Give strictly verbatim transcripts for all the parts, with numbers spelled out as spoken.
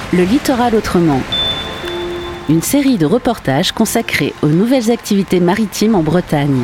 Le littoral autrement. Une série de reportages consacrés aux nouvelles activités maritimes en Bretagne.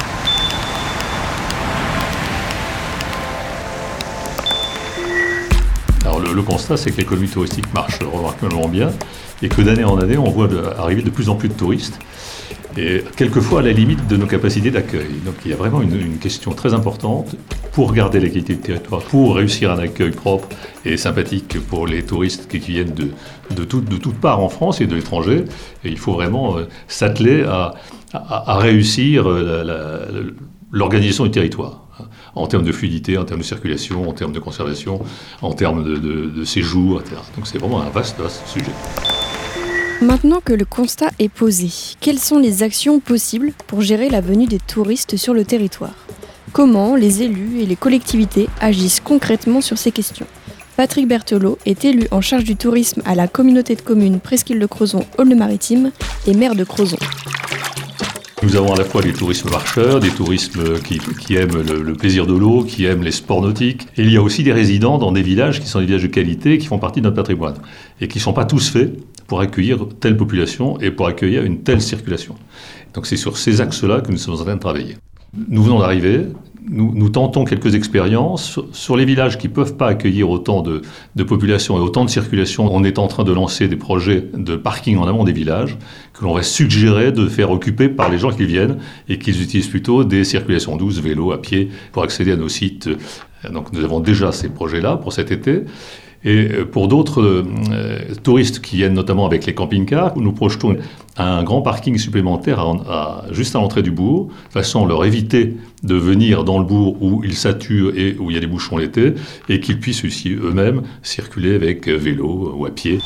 Alors le, le constat, c'est que l'économie touristique marche remarquablement bien et que d'année en année, on voit de, arriver de plus en plus de touristes et quelquefois à la limite de nos capacités d'accueil. Donc il y a vraiment une, une question très importante pour garder la qualité du territoire, pour réussir un accueil propre et sympathique pour les touristes qui viennent de, de, tout, de toutes parts en France et de l'étranger. Et il faut vraiment euh, s'atteler à, à, à réussir la, la, l'organisation du territoire, hein, en termes de fluidité, en termes de circulation, en termes de conservation, en termes de, de, de séjour, et cetera. Donc c'est vraiment un vaste, vaste sujet. Maintenant que le constat est posé, quelles sont les actions possibles pour gérer la venue des touristes sur le territoire ? Comment les élus et les collectivités agissent concrètement sur ces questions ? Patrick Berthelot est élu en charge du tourisme à la communauté de communes Presqu'île de Crozon Aulne-Maritime et maire de Crozon. Nous avons à la fois des tourismes marcheurs, des tourismes qui, qui aiment le, le plaisir de l'eau, qui aiment les sports nautiques. Et il y a aussi des résidents dans des villages qui sont des villages de qualité, qui font partie de notre patrimoine et qui ne sont pas tous faits pour accueillir telle population et pour accueillir une telle circulation. Donc c'est sur ces axes-là que nous sommes en train de travailler. Nous venons d'arriver, nous, nous tentons quelques expériences. Sur, sur les villages qui ne peuvent pas accueillir autant de, de population et autant de circulation, on est en train de lancer des projets de parking en amont des villages que l'on va suggérer de faire occuper par les gens qui viennent et qu'ils utilisent plutôt des circulations douces, vélo, à pied, pour accéder à nos sites. Donc nous avons déjà ces projets-là pour cet été. Et pour d'autres euh, touristes qui viennent notamment avec les camping-cars, nous projetons un grand parking supplémentaire à, à, juste à l'entrée du bourg, de façon à leur éviter de venir dans le bourg où ils saturent et où il y a des bouchons l'été, et qu'ils puissent aussi eux-mêmes circuler avec vélo ou à pied.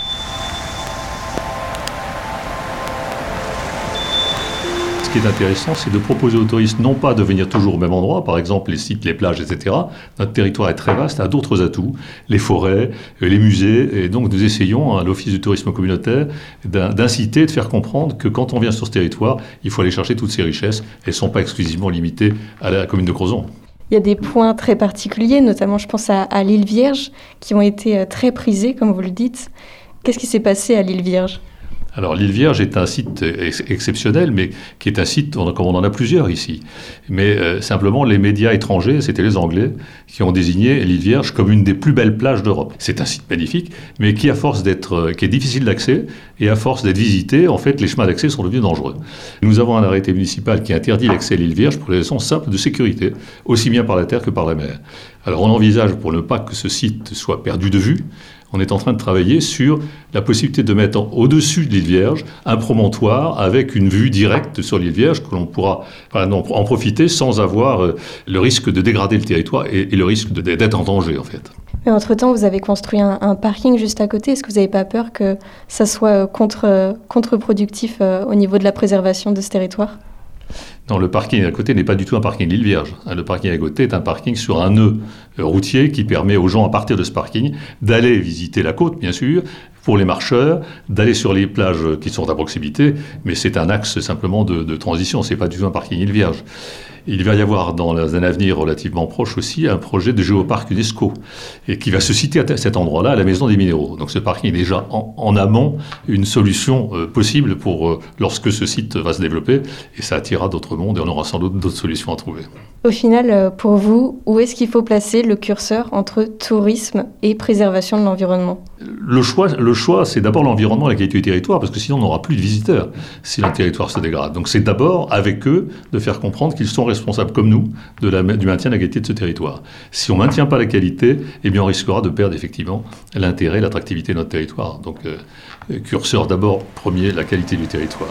Ce qui est intéressant, c'est de proposer aux touristes non pas de venir toujours au même endroit, par exemple les sites, les plages, et cetera. Notre territoire est très vaste, a d'autres atouts, les forêts, les musées, et donc nous essayons, à l'Office du tourisme communautaire, d'inciter, de faire comprendre que quand on vient sur ce territoire, il faut aller chercher toutes ces richesses. Elles ne sont pas exclusivement limitées à la commune de Crozon. Il y a des points très particuliers, notamment je pense à, à l'île Vierge, qui ont été très prisés, comme vous le dites. Qu'est-ce qui s'est passé à l'île Vierge ? Alors l'île Vierge est un site ex- exceptionnel, mais qui est un site comme on en a plusieurs ici. Mais euh, simplement, les médias étrangers, c'était les Anglais, qui ont désigné l'île Vierge comme une des plus belles plages d'Europe. C'est un site magnifique, mais qui, à force d'être, euh, qui est difficile d'accès, et à force d'être visité, en fait, les chemins d'accès sont devenus dangereux. Nous avons un arrêté municipal qui interdit l'accès à l'île Vierge pour des raisons simples de sécurité, aussi bien par la terre que par la mer. Alors on envisage, pour ne pas que ce site soit perdu de vue, on est en train de travailler sur la possibilité de mettre en, au-dessus de l'île Vierge un promontoire avec une vue directe sur l'île Vierge que l'on pourra enfin, non, en profiter sans avoir euh, le risque de dégrader le territoire et, et le risque de, d'être en danger en fait. Mais entre-temps, vous avez construit un, un parking juste à côté. Est-ce que vous n'avez pas peur que ça soit contre, contre-productif euh, au niveau de la préservation de ce territoire ? Non, le parking à côté n'est pas du tout un parking de l'île Vierge. Le parking à côté est un parking sur un nœud routier qui permet aux gens, à partir de ce parking, d'aller visiter la côte, bien sûr, pour les marcheurs, d'aller sur les plages qui sont à proximité, mais c'est un axe simplement de, de transition, c'est pas du tout un parking île Vierge. Il va y avoir dans un avenir relativement proche aussi un projet de géoparc UNESCO et qui va se citer à cet endroit-là, à la Maison des Minéraux. Donc ce parking est déjà en, en amont une solution euh, possible pour euh, lorsque ce site va se développer et ça attirera d'autres mondes et on aura sans doute d'autres solutions à trouver. Au final, pour vous, où est-ce qu'il faut placer le curseur entre tourisme et préservation de l'environnement ? Le choix, le choix, c'est d'abord l'environnement et la qualité du territoire, parce que sinon on n'aura plus de visiteurs si le territoire se dégrade. Donc c'est d'abord avec eux de faire comprendre qu'ils sont responsables, comme nous, de la, du maintien de la qualité de ce territoire. Si on ne maintient pas la qualité, eh bien on risquera de perdre effectivement l'intérêt, l'attractivité de notre territoire. Donc euh, curseur d'abord premier, la qualité du territoire.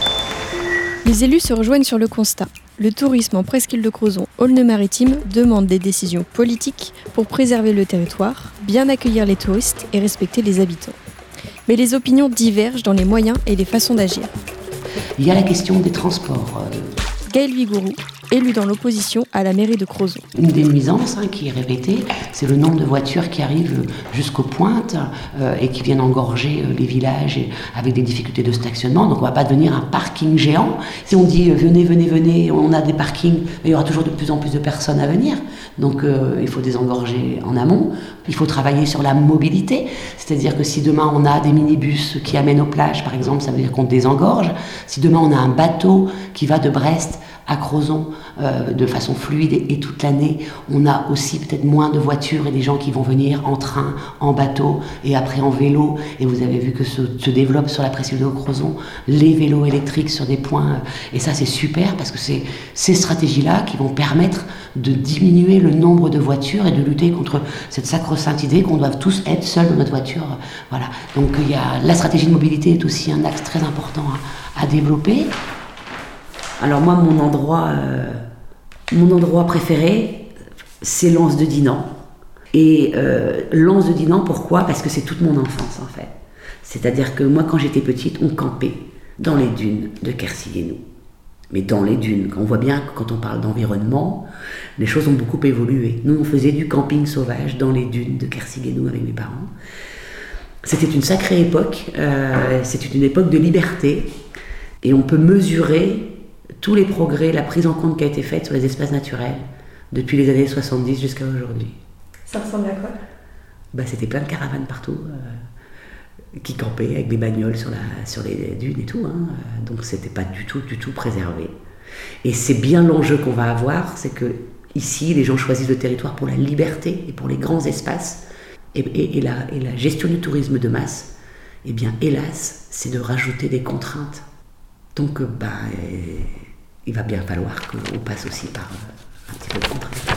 Les élus se rejoignent sur le constat. Le tourisme en Presqu'île de Crozon, Aulne-Maritime, demande des décisions politiques pour préserver le territoire, bien accueillir les touristes et respecter les habitants. Mais les opinions divergent dans les moyens et les façons d'agir. Il y a la question des transports. Gaël Vigourou, élu dans l'opposition à la mairie de Crozon. Une des nuisances hein, qui est répétée, c'est le nombre de voitures qui arrivent jusqu'aux pointes euh, et qui viennent engorger euh, les villages et, avec des difficultés de stationnement. Donc on ne va pas devenir un parking géant. Si on dit euh, venez, venez, venez, on a des parkings, il y aura toujours de plus en plus de personnes à venir. Donc euh, il faut désengorger en amont. Il faut travailler sur la mobilité, c'est-à-dire que si demain on a des minibus qui amènent aux plages, par exemple, ça veut dire qu'on désengorge. Si demain on a un bateau qui va de Brest à Crozon euh, de façon fluide et, et toute l'année, on a aussi peut-être moins de voitures et des gens qui vont venir en train, en bateau et après en vélo. Et vous avez vu que se, se développe sur la presqu'île de Crozon les vélos électriques sur des points. Et ça c'est super parce que c'est ces stratégies-là qui vont permettre de diminuer le nombre de voitures et de lutter contre cette sacro-sainte idée qu'on doit tous être seuls dans notre voiture. Voilà. Donc il y a, la stratégie de mobilité est aussi un axe très important à, à développer. Alors moi, mon endroit, euh, mon endroit préféré, c'est l'Anse de Dinan. Et euh, l'Anse de Dinan, pourquoi ? Parce que c'est toute mon enfance en fait. C'est-à-dire que moi, quand j'étais petite, on campait dans les dunes de Kersigouinou. Mais dans les dunes, on voit bien que quand on parle d'environnement, les choses ont beaucoup évolué. Nous, on faisait du camping sauvage dans les dunes de Kersigouinou avec mes parents. C'était une sacrée époque, euh, c'était une époque de liberté. Et on peut mesurer tous les progrès, la prise en compte qui a été faite sur les espaces naturels depuis les années soixante-dix jusqu'à aujourd'hui. Ça ressemble à quoi ? Bah, c'était plein de caravanes partout, euh, qui campaient avec des bagnoles sur, la, sur les dunes et tout. Hein, donc c'était pas du tout, du tout préservé. Et c'est bien l'enjeu qu'on va avoir, c'est que ici, les gens choisissent le territoire pour la liberté et pour les grands espaces. Et, et, et, la, et la gestion du tourisme de masse, eh bien, hélas, c'est de rajouter des contraintes. Donc, bah, euh, il va bien falloir qu'on passe aussi par euh, un petit peu de contrainte.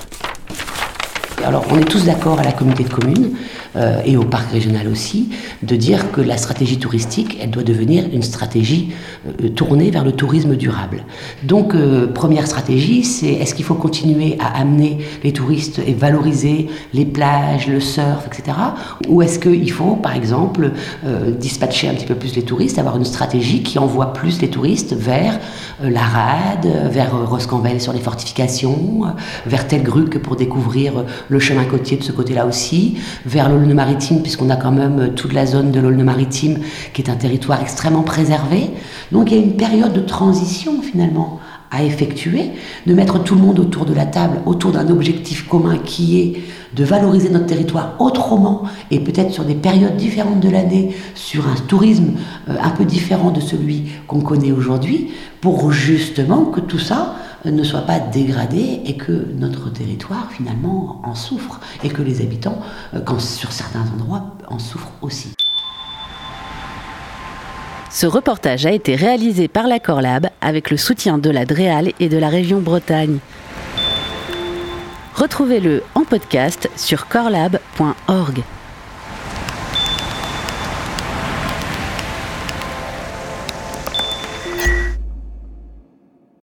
Alors, on est tous d'accord à la communauté de communes euh, et au parc régional aussi, de dire que la stratégie touristique, elle doit devenir une stratégie euh, tournée vers le tourisme durable. Donc, euh, première stratégie, c'est est-ce qu'il faut continuer à amener les touristes et valoriser les plages, le surf, et cetera. Ou est-ce qu'il faut, par exemple, euh, dispatcher un petit peu plus les touristes, avoir une stratégie qui envoie plus les touristes vers euh, la Rade, vers euh, Roscanvel sur les fortifications, euh, vers Telgruc pour découvrir euh, le chemin côtier de ce côté-là aussi, vers l'Aulne-Maritime, puisqu'on a quand même toute la zone de l'Aulne-Maritime qui est un territoire extrêmement préservé. Donc il y a une période de transition finalement à effectuer, de mettre tout le monde autour de la table, autour d'un objectif commun qui est de valoriser notre territoire autrement et peut-être sur des périodes différentes de l'année, sur un tourisme un peu différent de celui qu'on connaît aujourd'hui, pour justement que tout ça ne soit pas dégradé et que notre territoire finalement en souffre et que les habitants, quand sur certains endroits, en souffrent aussi. Ce reportage a été réalisé par la Corlab avec le soutien de la Dreal et de la région Bretagne. Retrouvez-le en podcast sur corlab point org.